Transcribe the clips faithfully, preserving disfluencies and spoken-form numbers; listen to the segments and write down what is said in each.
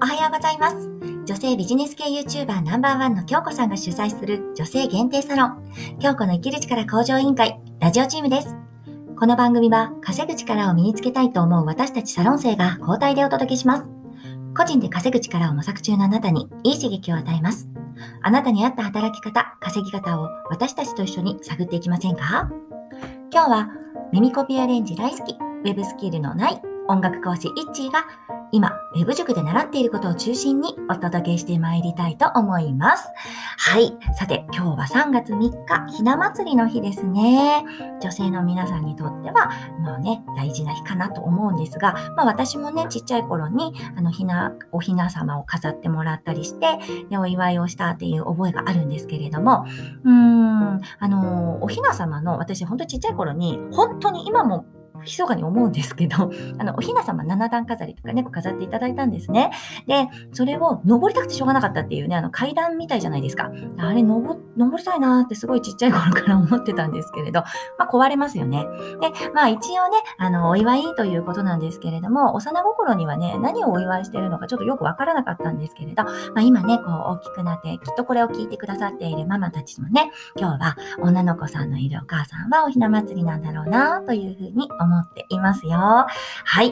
おはようございます。女性ビジネス系 YouTuber ナンバーワンの京子さんが主催する女性限定サロン、京子の生きる力向上委員会ラジオチームです。この番組は稼ぐ力を身につけたいと思う私たちサロン生が交代でお届けします。個人で稼ぐ力を模索中のあなたにいい刺激を与えます。あなたに合った働き方、稼ぎ方を私たちと一緒に探っていきませんか？今日は耳コピアレンジ大好き、ウェブスキルのない音楽講師イッチーが今、ウェブ塾で習っていることを中心にお届けしてまいりたいと思います。はい。さて、今日はさんがつみっか、ひな祭りの日ですね。女性の皆さんにとっては、まあね、大事な日かなと思うんですが、まあ私もね、ちっちゃい頃に、あの、ひな、おひな様を飾ってもらったりして、で、お祝いをしたっていう覚えがあるんですけれども、うーん、あの、おひな様の、私、ほんとちっちゃい頃に、本当に今も、密かに思うんですけど、あの、おひな様ななだん飾りとかね、飾っていただいたんですね。で、それを登りたくてしょうがなかったっていうね、あの、階段みたいじゃないですか。あれ、登、登りたいなーってすごいちっちゃい頃から思ってたんですけれど、まあ、壊れますよね。で、まあ、一応ね、あの、お祝いということなんですけれども、幼心にはね、何をお祝いしているのかちょっとよくわからなかったんですけれど、まあ、今ね、こう、大きくなって、きっとこれを聞いてくださっているママたちもね、今日は女の子さんのいるお母さんはおひな祭りなんだろうなというふうに思っていますよ。はい。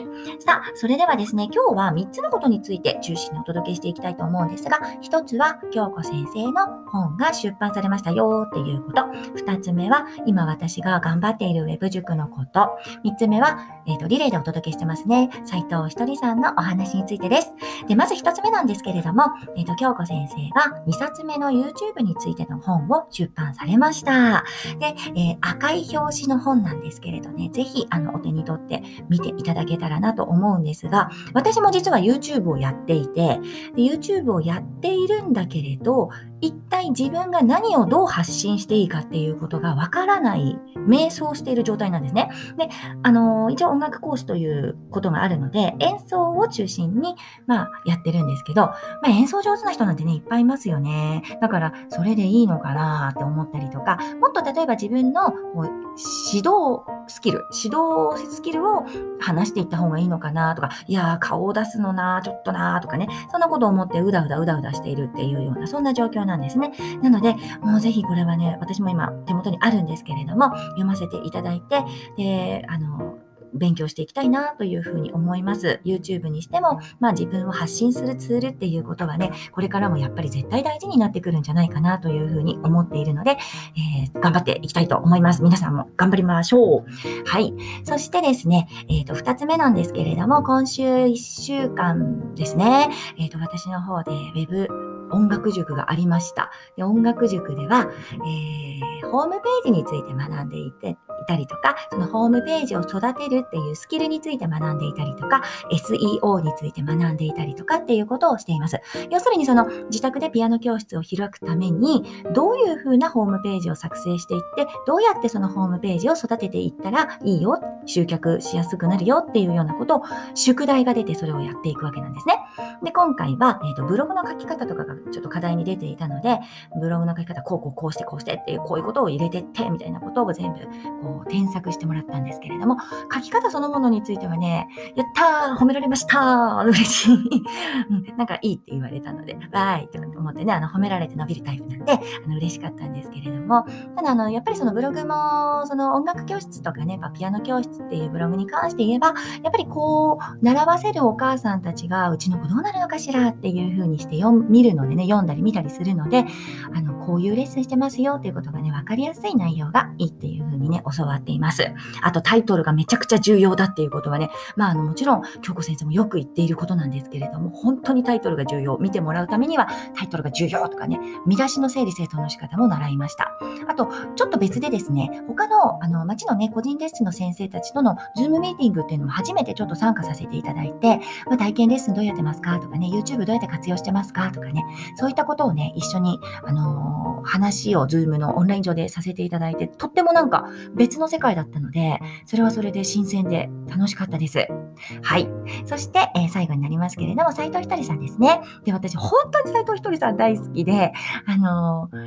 さあ、それではですね、今日はみっつのことについて中心にお届けしていきたいと思うんですが、ひとつは京子先生の本が出版されましたよっていうこと。ふたつめは今私が頑張っているウェブ塾のこと。みっつめは、えっと、リレーでお届けしてますね。斉藤ひとりさんのお話についてです。で、まずひとつめなんですけれども、えっと、京子先生がにさつめの YouTube についての本を出版されました。で、えー、赤い表紙の本なんですけれどね、ぜひ、あの、お手に取って見ていただけたらなと思うんですが、私も実は YouTube をやっていて、で YouTube をやっているんだけれど、一体自分が何をどう発信していいかっていうことがわからない、迷走している状態なんですね。で、あのー、一応音楽講師ということがあるので、演奏を中心に、まあ、やってるんですけど、まあ、演奏上手な人なんてね、いっぱいいますよね。だから、それでいいのかなって思ったりとか、もっと例えば自分のこう指導スキル、指導スキルを話していった方がいいのかなとか、いやー、顔を出すのな、ちょっとなとかね、そんなことを思ってうだうだうだうだしているっていうような、そんな状況なんですね。なので、もうぜひこれはね、私も今手元にあるんですけれども、読ませていただいて、で、あの、勉強していきたいなというふうに思います。YouTube にしても、まあ自分を発信するツールっていうことはね、これからもやっぱり絶対大事になってくるんじゃないかなというふうに思っているので、えー、頑張っていきたいと思います。皆さんも頑張りましょう。はい。そしてですね、えっと、二つ目なんですけれども、今週一週間ですね、えっと、私の方で Web 音楽塾がありました。で、音楽塾では、えー、ホームページについて学んでいて、いたりとか、そのホームページを育てるっていうスキルについて学んでいたりとか、エスイーオー について学んでいたりとかっていうことをしています。要するにその自宅でピアノ教室を開くために、どういうふうなホームページを作成していって、どうやってそのホームページを育てていったらいいよ、集客しやすくなるよっていうようなことを、宿題が出てそれをやっていくわけなんですね。で、今回は、えーと、ブログの書き方とかがちょっと課題に出ていたので、ブログの書き方、こうこうこうしてこうしてっていう、こういうことを入れてって、みたいなことを全部、こう、添削してもらったんですけれども、書き方そのものについてはね、やったー褒められましたー嬉しい、うん、なんかいいって言われたので、わーいって思ってね、あの、褒められて伸びるタイプなんで、あの、嬉しかったんですけれども、ただあの、やっぱりそのブログも、その音楽教室とかね、ピアノ教室っていうブログに関して言えば、やっぱりこう、習わせるお母さんたちが、うちの子どうなるのかしらっていう風にして読見るのでね、読んだり見たりするので、あの、こういうレッスンしてますよっていうことがね、わかりやすい内容がいいっていう風にね、教わっています。あとタイトルがめちゃくちゃ重要だっていうことはね、まああのもちろん京子先生もよく言っていることなんですけれども、本当にタイトルが重要。見てもらうためにはタイトルが重要とかね、見出しの整理整頓の仕方も習いました。あと、ちょっと別でですね、他のあの町のね、個人レッスンの先生たちとのズームミーティングっていうのも初めてちょっと参加させていただいて、まあ、体験レッスンどうやってますかとかね、YouTube どうやって活用してますかとかね、そういったことをね、一緒に、あのー、話をズームのオンライン上でさせていただいて、とってもなんか別の世界だったので、それはそれで新鮮で楽しかったです。はい。そして、えー、最後になりますけれども、斉藤ひとりさんですね。で、私、本当に斉藤ひとりさん大好きで、あのー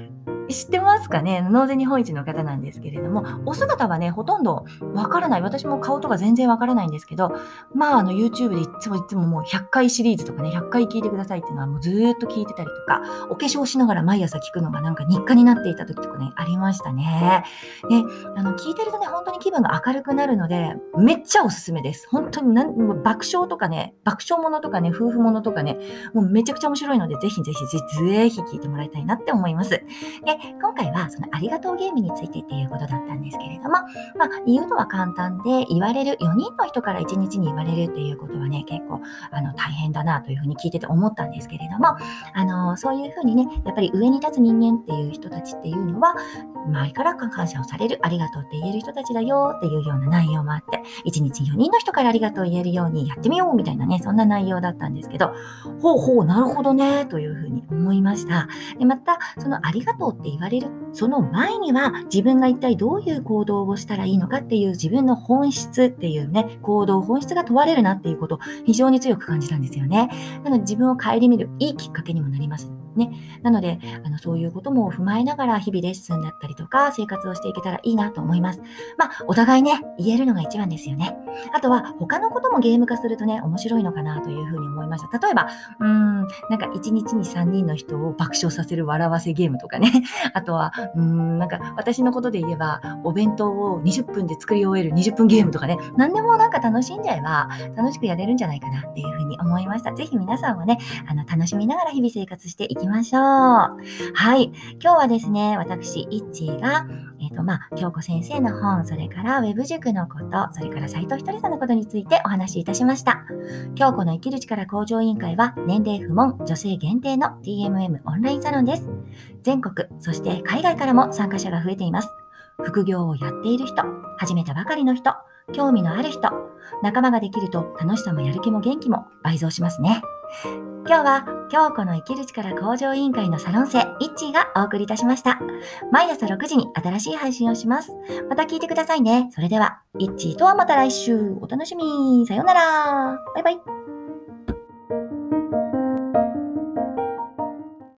知ってますかね？納税日本一の方なんですけれども、お姿はね、ほとんどわからない。私も顔とか全然わからないんですけど、まあ、あの、YouTube でいつもいつももうひゃっかいシリーズとかね、ひゃっかい聞いてくださいっていうのはもうずーっと聞いてたりとか、お化粧しながら毎朝聞くのがなんか日課になっていた時とかね、ありましたね。で、あの、聞いてるとね、本当に気分が明るくなるので、めっちゃおすすめです。本当になんもう爆笑とかね、爆笑ものとかね、夫婦ものとかね、もうめちゃくちゃ面白いので、ぜひぜひぜひぜひ聞いてもらいたいなって思います。で、今回はそのありがとうゲームについてっていうことだったんですけれども、まあ、言うのは簡単で、言われる、よにんの人からいちにちに言われるっていうことはね、結構、あの、大変だなというふうに聞いてて思ったんですけれども、あの、そういうふうにね、やっぱり上に立つ人間っていう人たちっていうのは、周りから感謝をされる、ありがとうって言える人たちだよっていうような内容もあって、いちにちよにんの人からありがとう言えるようにやってみようみたいなね、そんな内容だったんですけど、ほうほう、なるほどね、というふうに思いました。で、また、そのありがとうって言われる、その前には自分が一体どういう行動をしたらいいのかっていう自分の本質っていうね、行動、本質が問われるなっていうことを非常に強く感じたんですよね。なので自分を顧みるいいきっかけにもなりますね。なので、あの、そういうことも踏まえながら日々レッスンだったりとか生活をしていけたらいいなと思います。まあ、お互いね、言えるのが一番ですよね。あとは他のこともゲーム化するとね、面白いのかなというふうに思いました。例えば、うーん、なんかいちにちにさんにんの人を爆笑させる笑わせゲームとかね。あとは、うーん、なんか私のことで言えば、お弁当をにじゅっぷんで作り終えるにじゅっぷんゲームとかね。何でもなんか楽しんじゃえば、楽しくやれるんじゃないかなっていうふうに思いました。ぜひ皆さんもね、あの、楽しみながら日々生活していきましょう。はい。今日はですね、私、いっちーが、えっ、と、まあ、京子先生の本、それからウェブ塾のこと、それから斉藤ひとりさんのことについてお話しいたしました。京子の生きる力向上委員会は、年齢不問、女性限定の ティーエムエム オンラインサロンです。全国、そして海外からも参加者が増えています。副業をやっている人、始めたばかりの人、興味のある人、仲間ができると楽しさもやる気も元気も倍増しますね。今日は京子の生きる力向上委員会のサロン生いっちーがお送りいたしました。毎朝ろくじに新しい配信をします。また聞いてくださいね。それでは、いっちーとはまた来週お楽しみ。さようなら。バイバイ。